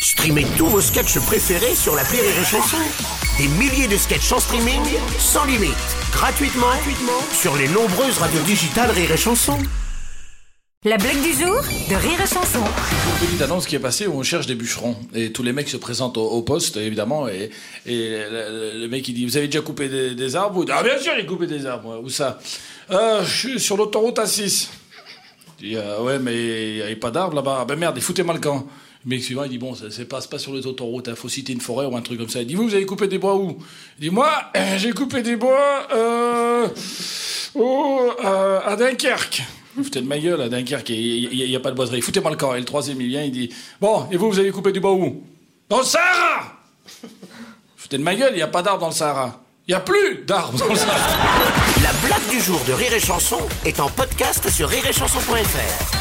Streamez tous vos sketchs préférés sur l'appli Rire et Chanson. Des milliers de sketchs en streaming, sans limite, gratuitement sur les nombreuses radios digitales Rire et Chanson. La blague du jour de Rire et Chanson. Une petite annonce qui est passée où on cherche des bûcherons. Et tous les mecs se présentent au poste, évidemment. Et le mec, il dit, vous avez déjà coupé des arbres? Ah, bien sûr, j'ai coupé des arbres. Où ça? Je suis sur l'autoroute A6. Je dis, ouais, mais il n'y avait pas d'arbres là-bas. Ah, ben merde, foutez-moi le camp. Le mec suivant, il dit, bon, ça se passe pas sur les autoroutes, faut citer une forêt ou un truc comme ça. Il dit, vous avez coupé des bois où? Il dit, moi, j'ai coupé des bois, à Dunkerque. Vous foutez de ma gueule, à Dunkerque, il y a pas de boiserie. Foutez-moi le camp. Et le troisième, il vient, il dit, bon, et vous avez coupé du bois où? Dans le Sahara! Foutez de ma gueule, il n'y a pas d'arbres dans le Sahara. Il n'y a plus d'arbres dans le Sahara. La blague du jour de Rire et Chanson est en podcast sur rireetchanson.fr.